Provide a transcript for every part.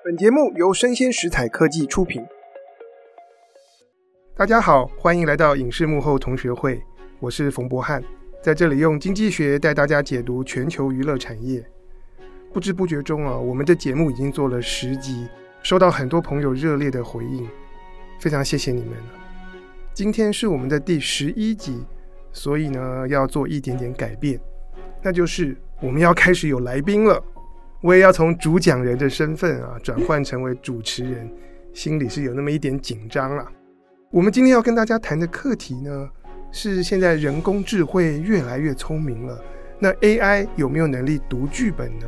本节目由生鲜食材科技出品。大家好，欢迎来到影视幕后同学会，我是冯博翰，在这里用经济学带大家解读全球娱乐产业。不知不觉中我们的节目已经做了10集，收到很多朋友热烈的回应，非常谢谢你们。今天是我们的第11集，所以呢要做一点点改变，那就是我们要开始有来宾了。我也要从主讲人的身份转换成为主持人，心里是有那么一点紧张啦。我们今天要跟大家谈的课题呢，是现在人工智慧越来越聪明了，那 AI 有没有能力读剧本呢？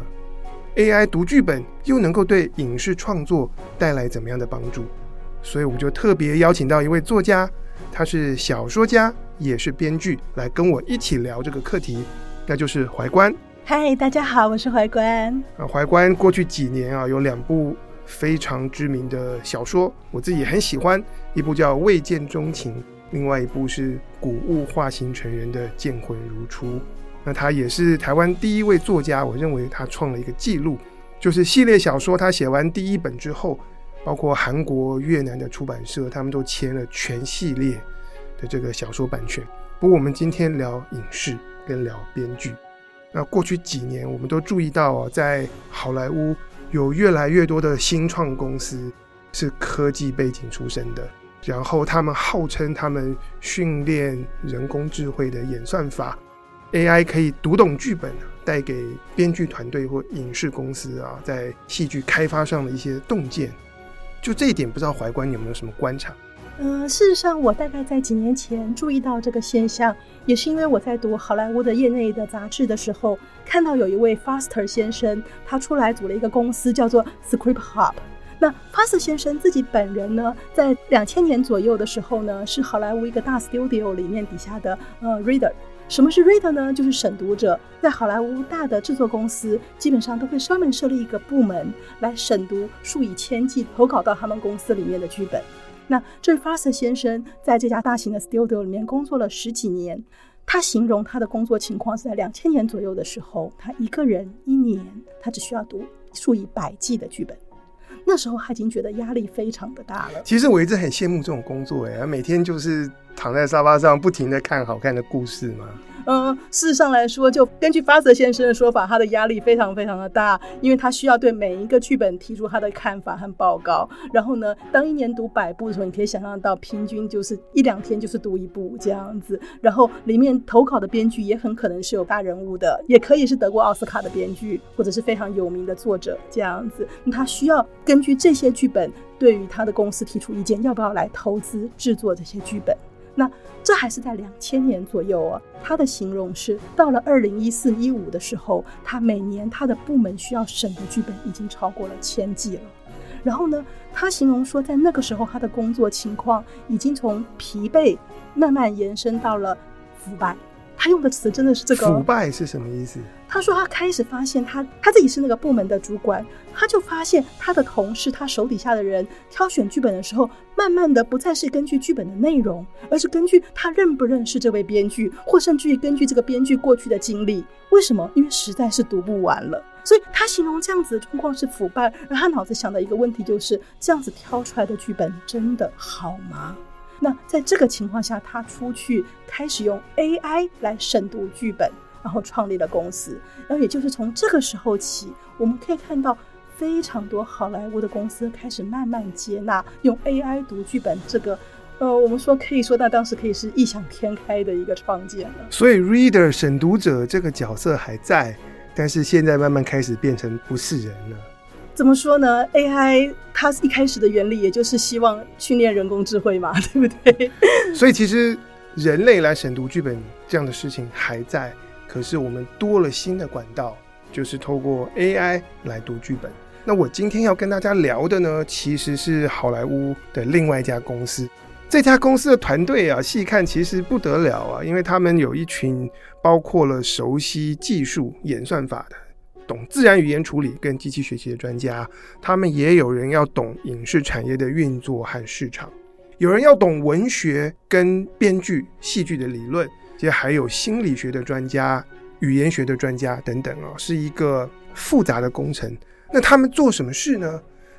AI 读剧本又能够对影视创作带来怎么样的帮助？所以我们就特别邀请到一位作家，他是小说家也是编剧，来跟我一起聊这个课题，那就是怀观。 嗨，大家好，我是怀观。 怀观过去几年有2部非常知名的小说，我自己也很喜欢，一部叫《未见钟情》，另外一部是古物化形成人的《见魂如初》。那他也是台湾第一位作家，我认为他创了一个记录，就是系列小说他写完第1本之后，包括韩国、越南的出版社，他们都签了全系列的这个小说版权。不过我们今天聊影视跟聊编剧。那过去几年我们都注意到在好莱坞有越来越多的新创公司是科技背景出身的，然后他们号称他们训练人工智慧的演算法 AI 可以读懂剧本，带给编剧团队或影视公司在戏剧开发上的一些洞见。就这一点，不知道怀观有没有什么观察？ 事实上我大概在几年前注意到这个现象，也是因为我在读好莱坞的业内的杂志的时候，看到有一位 Foster 先生，他出来组了一个公司叫做 Script Hub。 那 Foster 先生自己本人呢，在2000年左右的时候呢，是好莱坞一个大 studio 里面底下的reader。什么是 reader 呢？就是审读者。在好莱坞大的制作公司基本上都会专门设立一个部门来审读数以千计投稿到他们公司里面的剧本。那这位 Foster 先生在这家大型的 studio 里面工作了10几年，他形容他的工作情况是在2000年左右的时候，他一个人1年他只需要读数以百计的剧本。那时候他已经觉得压力非常的大了。 其实我一直很羡慕这种工作，每天就是躺在沙发上不停的看好看的故事嘛。 事实上来说，就根据Foster先生的说法，他的压力非常非常的大，因为他需要对每一个剧本提出他的看法和报告。然后呢，当1年读100部的时候，你可以想象到平均就是1-2天就是读1部这样子。然后里面投稿的编剧也很可能是有大人物的，也可以是得过奥斯卡的编剧，或者是非常有名的作者这样子。那他需要根据这些剧本对于他的公司提出意见，要不要来投资制作这些剧本。那这还是在2000年左右他的形容是到了2014-15的时候，他每年他的部门需要审的剧本已经超过了1000计了。然后呢，他形容说在那个时候他的工作情况已经从疲惫慢慢延伸到了腐败。他用的词真的是这个。 腐败是什么意思？ 他说他开始发现他自己是那个部门的主管，他就发现他的同事他手底下的人挑选剧本的时候，慢慢的不再是根据剧本的内容，而是根据他认不认识这位编剧，或甚至于根据这个编剧过去的经历。为什么？因为实在是读不完了。所以他形容这样子的状况是腐败，而他脑子想的一个问题就是这样子挑出来的剧本真的好吗？那在这个情况下，他出去开始用 AI 来审读剧本，然后创立了公司。然后也就是从这个时候起，我们可以看到非常多好莱坞的公司开始慢慢接纳用 AI 读剧本这个我们说可以说那当时可以是异想天开的一个创建了。 所以 reader 审读者这个角色还在，但是现在慢慢开始变成不是人了。 怎么说呢？ AI 它一开始的原理也就是希望训练人工智慧嘛，对不对？ 所以其实人类来审读剧本这样的事情还在，可是我们多了新的管道，就是透过 AI 来读剧本。那我今天要跟大家聊的呢，其实是好莱坞的另外一家公司。这家公司的团队细看其实不得了因为他们有一群包括了熟悉技术演算法的，懂自然语言处理跟机器学习的专家，他们也有人要懂影视产业的运作和市场，有人要懂文学跟编剧戏剧的理论，其实还有心理学的专家、语言学的专家等等是一个复杂的工程。那他们做什么事呢？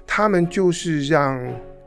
他们就是让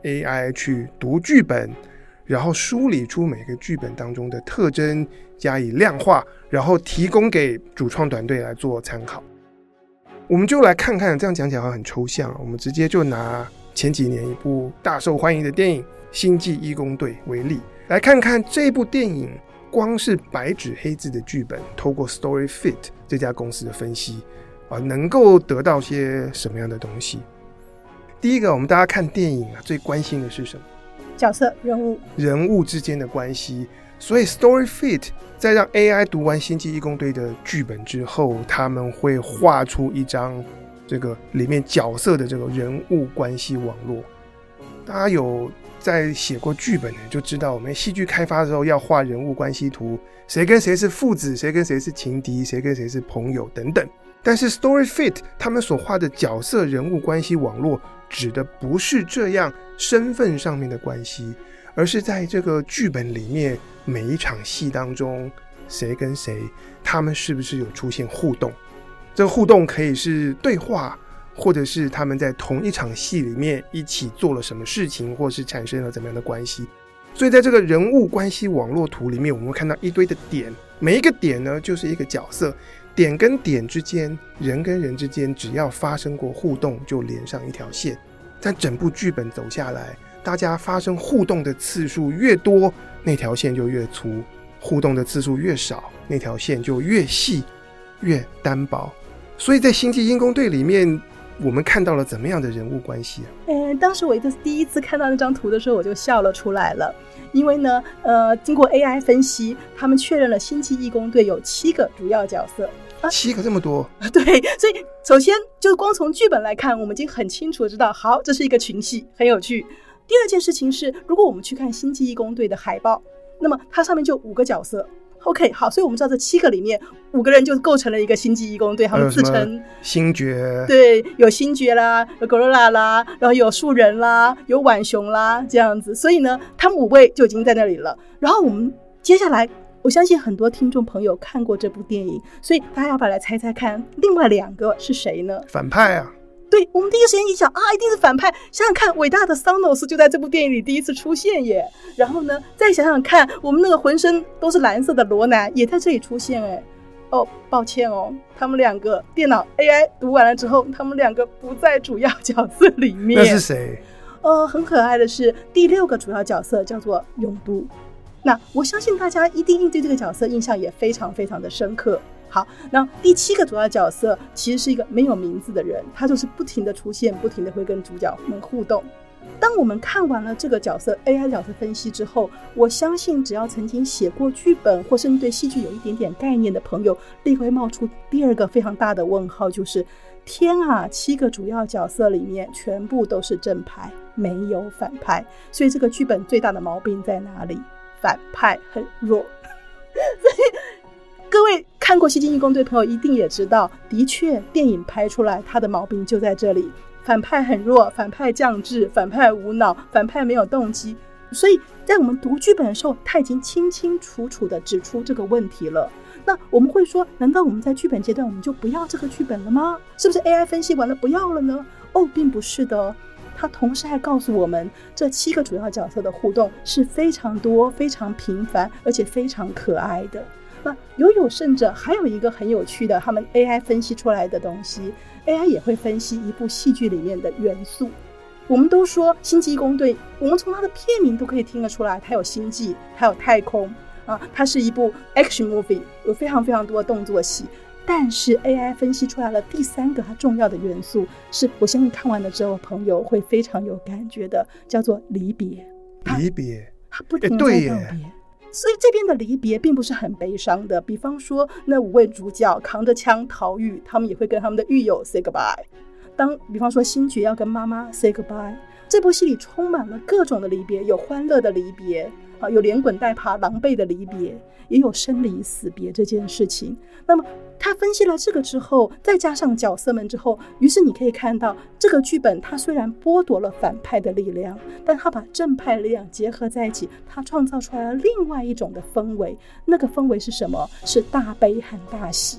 AI 去读剧本，然后梳理出每个剧本当中的特征，加以量化，然后提供给主创团队来做参考。我们就来看看，这样讲起来好像很抽象，我们直接就拿前几年一部大受欢迎的电影《星际义工队》为例，来看看这部电影光是白纸黑字的剧本，透过 StoryFit 这家公司的分析能够得到些什么样的东西。第一个，我们大家看电影最关心的是什么？ 角色人物之间的关系。所以 StoryFit 在让 AI 读完星际义工队的剧本之后，他们会画出一张这个里面角色的这个人物关系网络。大家有在写过剧本的就知道，我们戏剧开发的时候要画人物关系图，谁跟谁是父子，谁跟谁是情敌，谁跟谁是朋友等等。但是 StoryFit 他们所画的角色人物关系网络指的不是这样身份上面的关系，而是在这个剧本里面每一场戏当中，谁跟谁他们是不是有出现互动。这个互动可以是对话，或者是他们在同一场戏里面一起做了什么事情，或是产生了怎么样的关系。所以在这个人物关系网络图里面，我们会看到一堆的点，每一个点呢就是一个角色，点跟点之间，人跟人之间只要发生过互动就连上一条线。但整部剧本走下来，大家发生互动的次数越多，那条线就越粗，互动的次数越少，那条线就越细越单薄。所以在星际义工队里面，我们看到了怎么样的人物关系当时我第一次看到那张图的时候，我就笑了出来了。因为呢经过 AI 分析，他们确认了星际义工队有7个主要角色。 7个这么多？ 对，所以首先就光从剧本来看，我们已经很清楚的知道，好，这是一个群戏，很有趣。第二件事情是，如果我们去看星际义工队的海报，那么它上面就5个角色。OK， 好，所以我们知道这7个里面5个人就构成了一个星际义工队，他们自称星爵， 对，有星爵啦，有 Gorilla 啦，然后有树人啦，有浣熊啦，这样子。所以呢，他们5位就已经在那里了。然后我们接下来，我相信很多听众朋友看过这部电影，所以大家要不要来猜猜看，另外2个是谁呢？ 反派啊。 对，我们第一个时间一想一定是反派。想想看，伟大的桑诺斯就在这部电影里第一次出现耶。然后呢，再想想看，我们那个浑身都是蓝色的罗南也在这里出现耶。抱歉他们2个电脑 AI 读完了之后，他们2个不在主要角色里面。 那是谁？ 很可爱的是第6个主要角色叫做永都。那我相信大家一定对这个角色印象也非常非常的深刻。好，那第7个主要角色其实是一个没有名字的人，他就是不停的出现，不停的会跟主角们互动。当我们看完了这个角色 AI 角色分析之后，我相信只要曾经写过剧本或甚至对戏剧有一点点概念的朋友，立刻会冒出第2个非常大的问号，就是天啊，7个主要角色里面全部都是正派，没有反派。所以这个剧本最大的毛病在哪里？反派很弱。所以各位看过星际义工队的朋友一定也知道，的确电影拍出来它的毛病就在这里，反派很弱，反派降智，反派无脑，反派没有动机。所以在我们读剧本的时候，他已经清清楚楚地指出这个问题了。那我们会说，难道我们在剧本阶段我们就不要这个剧本了吗？是不是 AI 分析完了不要了呢？并不是的。他同时还告诉我们，这7个主要角色的互动是非常多、非常频繁，而且非常可爱的。那有甚者还有一个很有趣的，他们 AI 分析出来的东西， AI 也会分析一部戏剧里面的元素。我们都说星际义工队，我们从它的片名都可以听得出来，它有星际，它有太空它是一部 action movie， 有非常非常多的动作戏。但是 AI 分析出来了第3个它重要的元素，是我相信看完了之后朋友会非常有感觉的，叫做离别。 离别， 它不停地在告别。所以这边的离别并不是很悲伤的，比方说那5位主角扛着枪逃狱，他们也会跟他们的狱友 say goodbye。 比方说星爵要跟妈妈 say goodbye， 这部戏里充满了各种的离别，有欢乐的离别有连滚带爬狼狈的离别，也有生离死别这件事情。那么他分析了这个之后，再加上角色们之后，于是你可以看到这个剧本它虽然剥夺了反派的力量，但它把正派力量结合在一起，它创造出来了另外一种的氛围。那个氛围是什么？是大悲和大喜。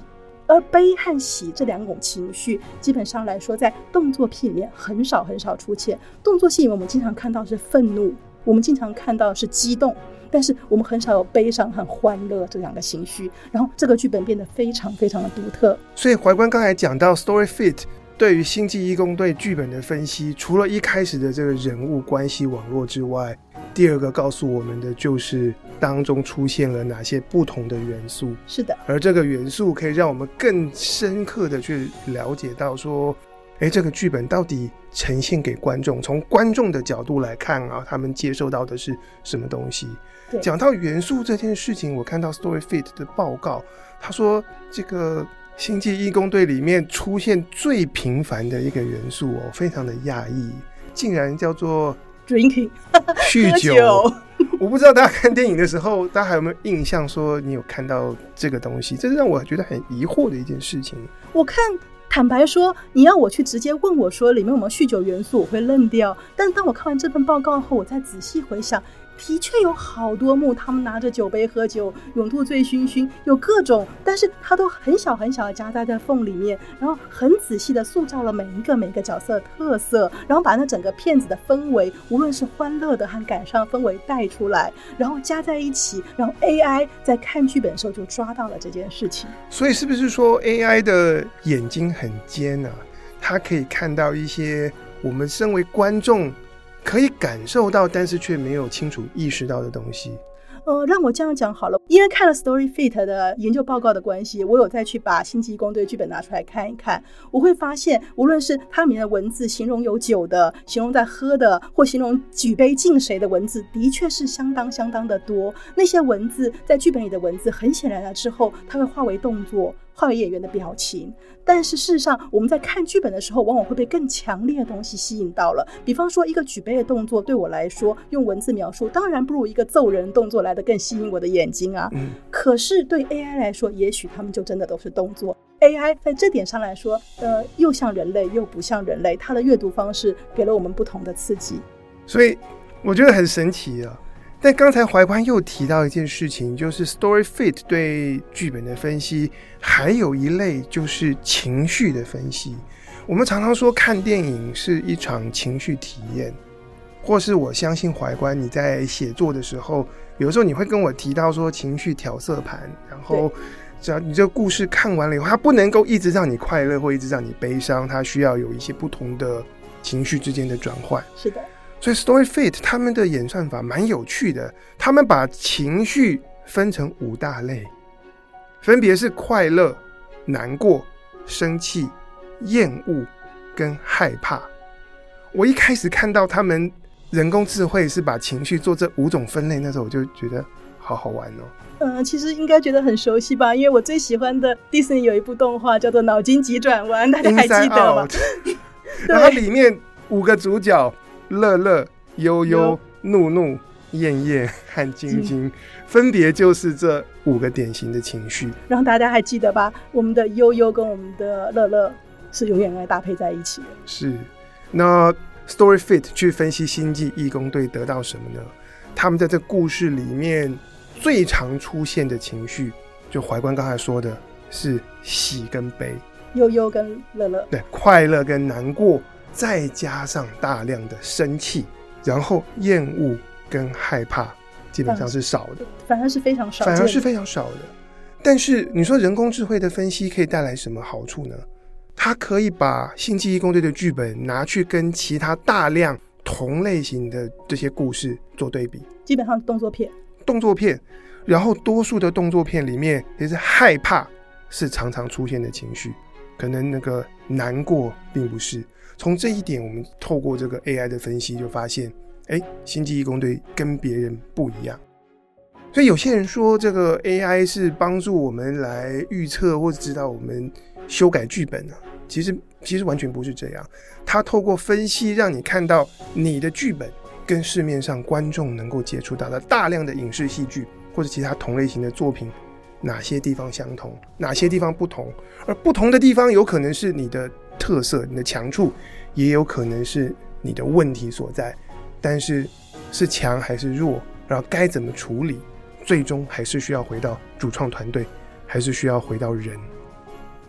而悲和喜这两种情绪基本上来说在动作片里面很少出现。动作戏里面我们经常看到是愤怒，我们经常看到是激动，但是我们很少有悲伤和欢乐这两个情绪，然后这个剧本变得非常的独特。 所以怀观刚才讲到 Story Fit 对于星际义工队剧本的分析，除了一开始的这个人物关系网络之外，第二个告诉我们的就是当中出现了哪些不同的元素。 是的， 而这个元素可以让我们更深刻的去了解到说，这个剧本到底呈现给观众，从观众的角度来看啊，他们接受到的是什么东西。讲到元素这件事情，我看到 Story Fit 的报告，他说这个星际义工队里面出现最频繁的一个元素非常的讶异，竟然叫做 drinking 酗酒。我不知道大家看电影的时候，大家还有没有印象说你有看到这个东西，这是让我觉得很疑惑的一件事情。 我看坦白说，你要我去直接问我说里面有没有酗酒元素，我会愣掉。但是当我看完这份报告后，我再仔细回想，的确有好多幕他们拿着酒杯喝酒，永度醉醺醺，有各种，但是他都很小的夹在缝里面，然后很仔细的塑造了每一个角色的特色，然后把那整个片子的氛围，无论是欢乐的和感伤的氛围带出来，然后加在一起，然后 AI 在看剧本的时候就抓到了这件事情。 所以是不是说 AI 的眼睛很尖啊？它可以看到一些我们身为观众可以感受到但是却没有清楚意识到的东西。 让我这样讲好了，因为看了 Story Fit 的研究报告的关系，我有再去把星际义工队剧本拿出来看一看，我会发现无论是它里面的文字形容有酒的，形容在喝的，或形容举杯敬谁的文字，的确是相当的多。那些文字在剧本里的文字很显然了之后，它会化为动作，化为演员的表情，但是事实上我们在看剧本的时候往往会被更强烈的东西吸引到了。比方说一个举杯的动作对我来说用文字描述当然不如一个揍人动作来得更吸引我的眼睛啊。可是对 AI 来说，也许他们就真的都是动作。AI 在这点上来说又像人类又不像人类，它的阅读方式给了我们不同的刺激， 所以我觉得很神奇啊。但刚才怀观又提到一件事情，就是 Story Fit 对剧本的分析还有一类就是情绪的分析。我们常常说看电影是一场情绪体验，或是我相信怀观你在写作的时候，有时候你会跟我提到说情绪调色盘，然后只要你这个故事看完了以后，它不能够一直让你快乐或一直让你悲伤，它需要有一些不同的情绪之间的转换。 是的， 所以 Story Fit 他们的演算法蛮有趣的，他们把情绪分成5大类，分别是快乐、难过、生气、厌恶跟害怕。我一开始看到他们人工智慧是把情绪做这5种分类，那时候我就觉得好好玩哦。 其实应该觉得很熟悉吧，因为我最喜欢的迪士尼有一部动画叫做《脑筋急转弯》，大家还记得吗？ 然后里面5个主角乐乐、悠悠、怒怒、厌厌和晶晶，分别就是这5个典型的情绪。 然后大家还记得吧？我们的悠悠跟我们的乐乐是永远来搭配在一起的。 是。那 Story Fit 去分析星际义工队得到什么呢？他们在这故事里面最常出现的情绪，就怀观刚才说的是喜跟悲， 悠悠跟乐乐， 对，快乐跟难过，再加上大量的生气，然后厌恶跟害怕基本上是少的， 反而是非常少的。但是你说人工智慧的分析可以带来什么好处呢？它可以把星际义工队的剧本拿去跟其他大量同类型的这些故事做对比， 基本上动作片， 然后多数的动作片里面也是害怕是常常出现的情绪，可能那个难过并不是。从这一点我们透过这个 AI 的分析就发现，星际义工队跟别人不一样。所以有些人说这个 AI 是帮助我们来预测或者知道我们修改剧本啊，其实完全不是这样。它透过分析让你看到你的剧本跟市面上观众能够接触到的大量的影视戏剧或者其他同类型的作品，哪些地方相同，哪些地方不同，而不同的地方有可能是你的特色、你的强处，也有可能是你的问题所在。但是是强还是弱，然后该怎么处理，最终还是需要回到主创团队，还是需要回到人。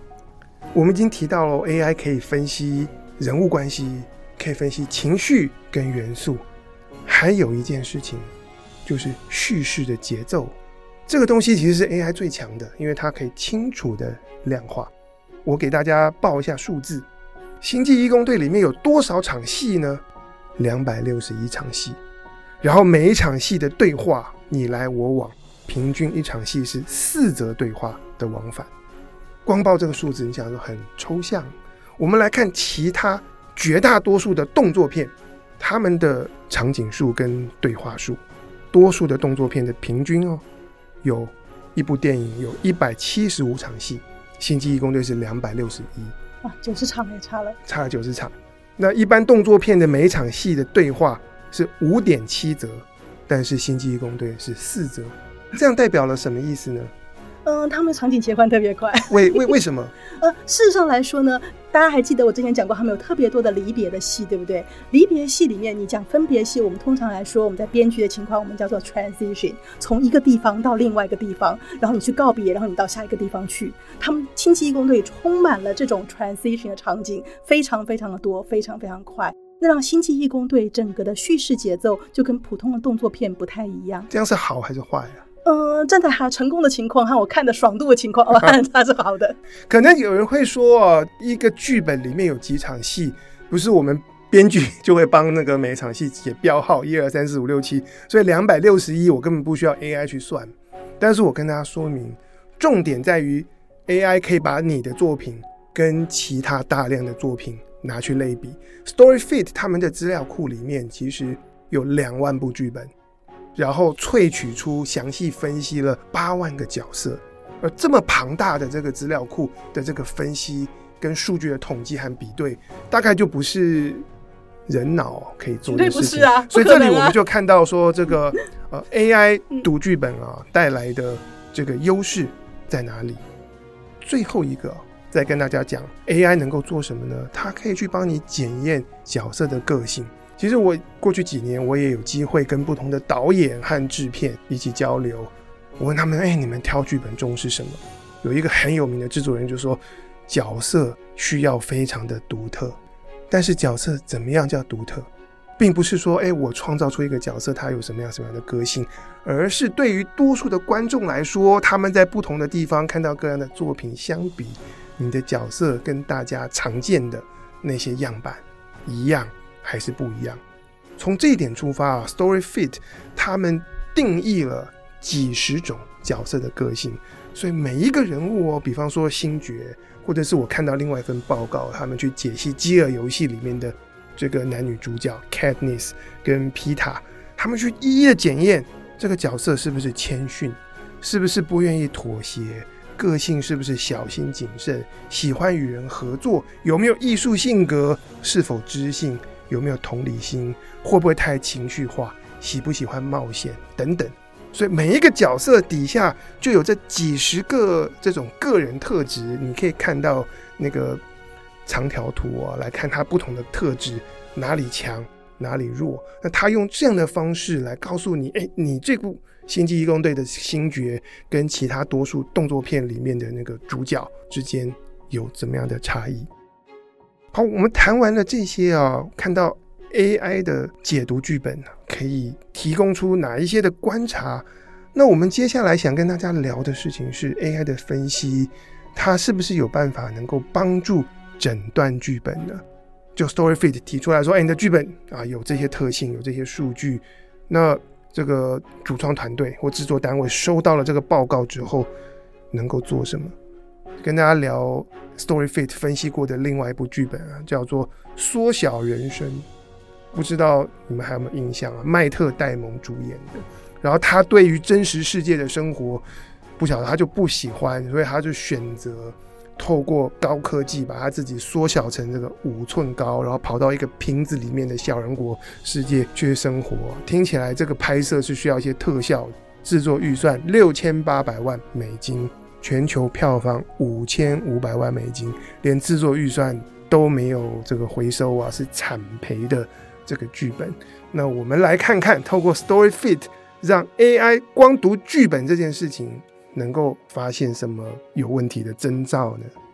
我们已经提到了 AI 可以分析人物关系，可以分析情绪跟元素，还有一件事情就是叙事的节奏。这个东西其实是 AI 最强的，因为它可以清楚的量化。我给大家报一下数字，星际义工队里面有多少场戏呢？261场戏，然后每一场戏的对话你来我往，平均一场戏是4则对话的往返。光报这个数字你想说很抽象，我们来看其他绝大多数的动作片，他们的场景数跟对话数，多数的动作片的平均有一部电影有175场戏，星际义工队是261， 哇，90场也差了 90场。那一般动作片的每一场戏的对话是 5.7 则，但是星际义工队是4则，这样代表了什么意思呢？ 他们场景切换特别快。 为什么？ 事实上来说呢，大家还记得我之前讲过，他们有特别多的离别的戏，对不对？离别戏里面，你讲分别戏，我们通常来说，我们在编剧的情况，我们叫做 transition， 从一个地方到另外一个地方，然后你去告别，然后你到下一个地方去。他们星际义工队充满了这种 transition 的场景，非常非常的多，非常非常快。那让星际义工队整个的叙事节奏就跟普通的动作片不太一样。 这样是好还是坏啊？ 站在他成功的情况和我看的爽度的情况，他是好的。 可能有人会说，一个剧本里面有几场戏，不是我们编剧就会帮那个每场戏写标号1、2、3、4、5、6、7，所以261我根本不需要 AI 去算。但是我跟大家说明，重点在于 AI 可以把你的作品跟其他大量的作品拿去类比。StoryFit 他们的资料库里面其实有2万部剧本，然后萃取出详细分析了8万个角色，而这么庞大的这个资料库的这个分析跟数据的统计和比对，大概就不是人脑可以做的事情。 绝对不是啊， 所以这里我们就看到说，这个AI 读剧本带来的这个优势在哪里？最后一个再跟大家讲 AI 能够做什么呢？它可以去帮你检验角色的个性。其实我过去几年我也有机会跟不同的导演和制片一起交流，我问他们你们挑剧本重视什么？有一个很有名的制作人就说，角色需要非常的独特，但是角色怎么样叫独特，并不是说我创造出一个角色他有什么样的个性，而是对于多数的观众来说，他们在不同的地方看到各样的作品相比，你的角色跟大家常见的那些样板一样还是不一样。从这一点出发StoryFit 他们定义了几十种角色的个性，所以每一个人物比方说星爵，或者是我看到另外一份报告，他们去解析饥饿游戏里面的这个男女主角 Katniss 跟 Peeta， 他们去一一的检验这个角色是不是谦逊，是不是不愿意妥协，个性是不是小心谨慎，喜欢与人合作，有没有艺术性格，是否知性，有没有同理心，会不会太情绪化，喜不喜欢冒险等等。所以每一个角色底下就有这几十个这种个人特质，你可以看到那个长条图来看他不同的特质，哪里强哪里弱。那他用这样的方式来告诉你，你这部星际义工队的星爵跟其他多数动作片里面的那个主角之间有怎么样的差异。好，我们谈完了这些看到 AI 的解读剧本可以提供出哪一些的观察。那我们接下来想跟大家聊的事情是 AI 的分析，它是不是有办法能够帮助诊断剧本呢？就 StoryFit 提出来说，你的剧本有这些特性，有这些数据，那这个主创团队或制作单位收到了这个报告之后能够做什么？跟大家聊 StoryFit 分析过的另外一部剧本叫做缩小人生，不知道你们还有没有印象麦特戴蒙主演的。然后他对于真实世界的生活不晓得，他就不喜欢，所以他就选择透过高科技把他自己缩小成这个5寸高，然后跑到一个瓶子里面的小人国世界去生活。听起来这个拍摄是需要一些特效，制作预算6800万美金，全球票房5500万美金，连制作预算都没有这个回收是惨赔的这个剧本。那我们来看看透过 StoryFit 让 AI 光读剧本这件事情能够发现什么有问题的征兆呢？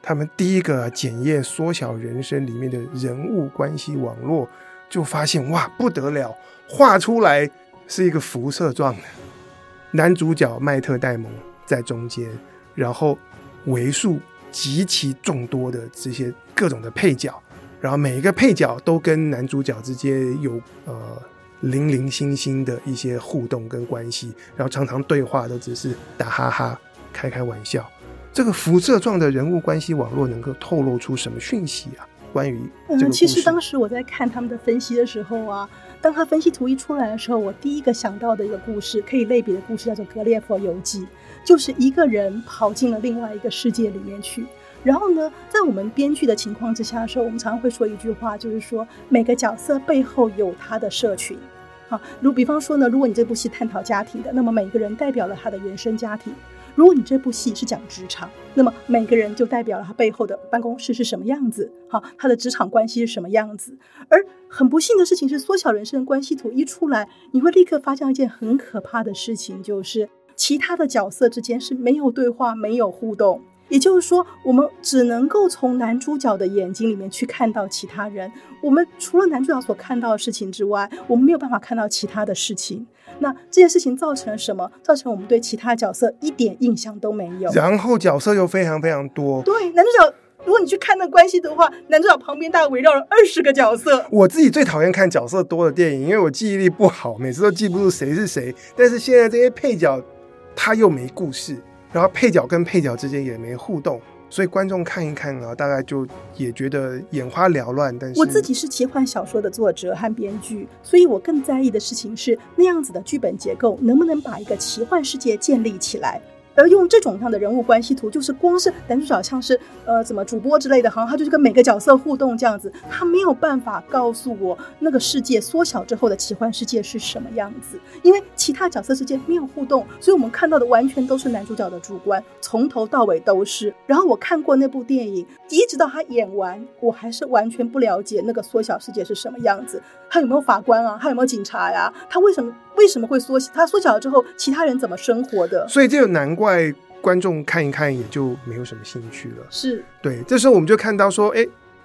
他们第一个检验缩小人生里面的人物关系网络，就发现哇不得了，画出来是一个辐射状的，男主角麦特戴蒙在中间，然后为数极其众多的这些各种的配角，然后每一个配角都跟男主角之间有零零星星的一些互动跟关系，然后常常对话都只是打哈哈开开玩笑。这个辐射状的人物关系网络能够透露出什么讯息啊？关于这个故事。 其实当时我在看他们的分析的时候啊，当他分析图一出来的时候，我第一个想到的一个故事，可以类比的故事叫做《格列佛游记》，就是一个人跑进了另外一个世界里面去。然后呢，在我们编剧的情况之下的时候，我们常常会说一句话，就是说每个角色背后有他的社群。好，比方说呢，如果你这部戏探讨家庭的，那么每个人代表了他的原生家庭。如果你这部戏是讲职场，那么每个人就代表了他背后的办公室是什么样子，好，他的职场关系是什么样子。而很不幸的事情是，缩小人生的关系图一出来，你会立刻发现一件很可怕的事情，就是其他的角色之间是没有对话，没有互动。也就是说，我们只能够从男主角的眼睛里面去看到其他人，我们除了男主角所看到的事情之外，我们没有办法看到其他的事情。那这件事情造成了什么？造成我们对其他角色一点印象都没有， 然后角色又非常非常多。 对，男主角如果你去看那关系的话，男主角旁边大概围绕了20个角色。 我自己最讨厌看角色多的电影，因为我记忆力不好，每次都记不住谁是谁。但是现在这些配角他又没故事，然后配角跟配角之间也没互动，所以观众看一看啊，大概就也觉得眼花缭乱。但是我自己是奇幻小说的作者和编剧，所以我更在意的事情是那样子的剧本结构能不能把一个奇幻世界建立起来。而用这种样的人物关系图，就是光是男主角像是怎么主播之类的，好像他就是跟每个角色互动这样子，他没有办法告诉我那个世界缩小之后的奇幻世界是什么样子，因为其他角色之间没有互动，所以我们看到的完全都是男主角的主观，从头到尾都是。然后我看过那部电影，一直到他演完，我还是完全不了解那个缩小世界是什么样子，他有没有法官啊，他有没有警察呀，他为什么会缩小，他缩小了之后其他人怎么生活的。 所以这个难怪观众看一看也就没有什么兴趣了。 是， 对，这时候我们就看到说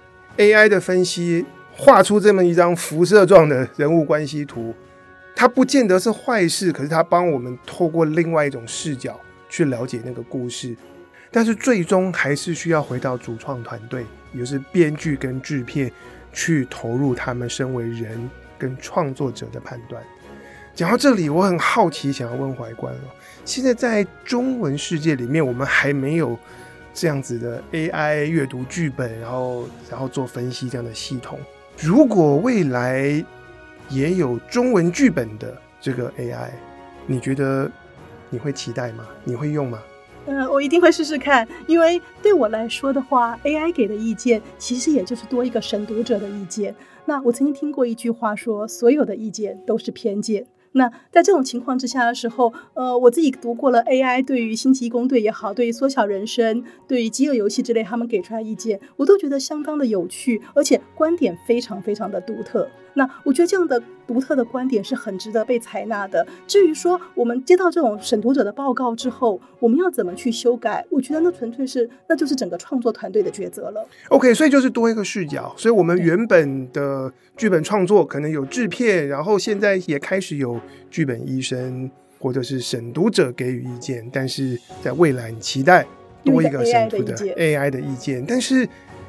AI 的分析画出这么一张辐射状的人物关系图，它不见得是坏事，可是它帮我们透过另外一种视角去了解那个故事。但是最终还是需要回到主创团队，也就是编剧跟制片去投入他们身为人跟创作者的判断。讲到这里，我很好奇，想要问怀观现在在中文世界里面，我们还没有这样子的 AI 阅读剧本，然后做分析这样的系统。如果未来也有中文剧本的这个 AI， 你觉得你会期待吗？你会用吗？ 我一定会试试看，因为对我来说的话 AI 给的意见其实也就是多一个审读者的意见。那我曾经听过一句话说，所有的意见都是偏见。那在这种情况之下的时候，我自己读过了 AI 对于星际义工队也好，对于缩小人生，对于饥饿游戏之类他们给出来意见，我都觉得相当的有趣，而且观点非常非常的独特。那我觉得这样的独特的观点是很值得被采纳的。至于说我们接到这种审读者的报告之后，我们要怎么去修改，我觉得那就是整个创作团队的抉择了。 OK， 所以就是多一个视角。所以我们原本的剧本创作可能有制片，然后现在也开始有剧本医生或者是审读者给予意见，但是在未来你期待多一个审读的 AI 的意见。但是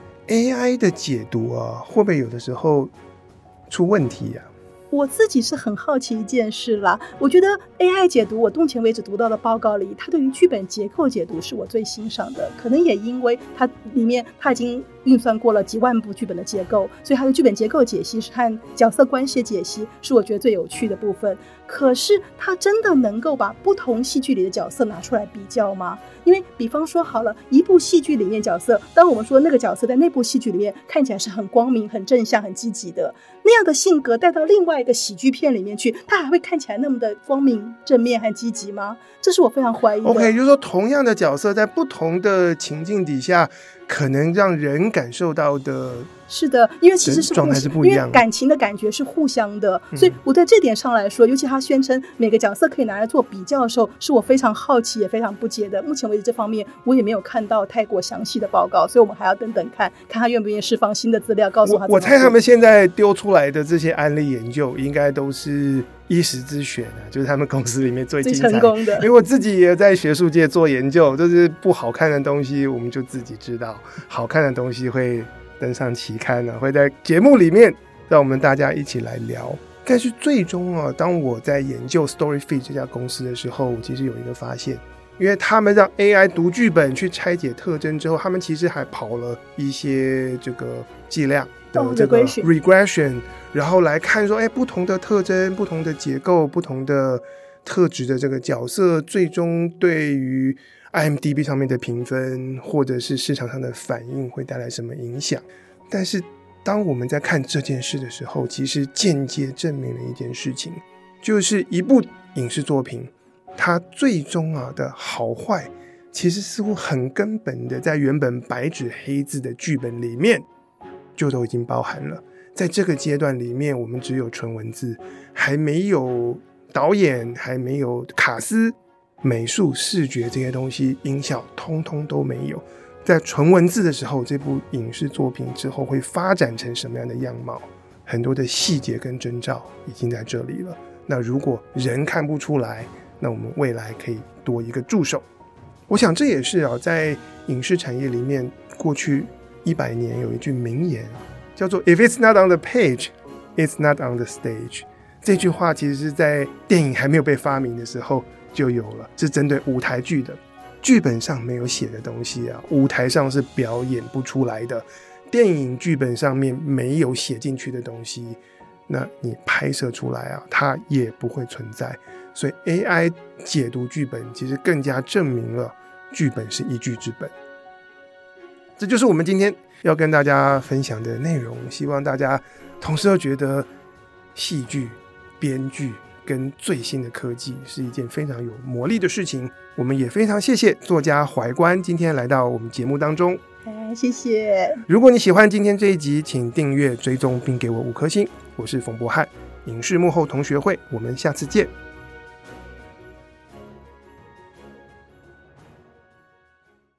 AI 的解读啊，会不会有的时候出问题啊？ 我自己是很好奇一件事啦，我觉得 AI 解读，我目前为止读到的报告里，它对于剧本结构解读是我最欣赏的，可能也因为它里面它已经运算过了几万部剧本的结构，所以它的剧本结构解析和角色关系的解析是我觉得最有趣的部分。可是它真的能够把不同戏剧里的角色拿出来比较吗？因为比方说好了，一部戏剧里面角色，当我们说那个角色在那部戏剧里面看起来是很光明、很正向、很积极的，那样的性格带到另外一个喜剧片里面去，他还会看起来那么的光明、正面和积极吗？这是我非常怀疑的。 OK， 就是说同样的角色在不同的情境底下可能让人感受到的是的，因为其实是状态是不一样的， 因为感情的感觉是互相的，所以我在这点上来说，尤其他宣称每个角色可以拿来做比较的时候，是我非常好奇也非常不解的。目前为止这方面我也没有看到太过详细的报告，所以我们还要等等看他愿不愿意释放新的资料告诉他。 我猜他们现在丢出来的这些案例研究应该都是一时之选就是他们公司里面最精彩最成功的。 因为我自己也在学术界做研究，就是不好看的东西我们就自己知道，好看的东西会登上期刊会在节目里面让我们大家一起来聊。但是最终当我在研究 StoryFeed 这家公司的时候，我其实有一个发现，因为他们让 AI 读剧本去拆解特征之后，他们其实还跑了一些这个计量的这个 regression， 然后来看说不同的特征、不同的结构、不同的特质的这个角色最终对于 IMDb 上面的评分或者是市场上的反应会带来什么影响。但是当我们在看这件事的时候，其实间接证明了一件事情，就是一部影视作品它最终的好坏其实似乎很根本的在原本白纸黑字的剧本里面就都已经包含了。在这个阶段里面，我们只有纯文字，还没有导演，还没有卡司、美术、视觉这些东西，音效通通都没有。在纯文字的时候，这部影视作品之后会发展成什么样的样貌，很多的细节跟征兆已经在这里了。那如果人看不出来，那我们未来可以多一个助手。我想这也是在影视产业里面过去100年有一句名言叫做 If it's not on the page, it's not on the stage。 这句话其实是在电影还没有被发明的时候就有了，是针对舞台剧的。剧本上没有写的东西舞台上是表演不出来的，电影剧本上面没有写进去的东西，那你拍摄出来它也不会存在。所以 AI 解读剧本其实更加证明了剧本是一剧之本。这就是我们今天要跟大家分享的内容，希望大家同时都觉得戏剧、编剧跟最新的科技是一件非常有魔力的事情。我们也非常谢谢作家怀观今天来到我们节目当中， 谢谢。 如果你喜欢今天这一集，请订阅、追踪并给我5颗星。我是冯博翰，影视幕后同学会，我们下次见。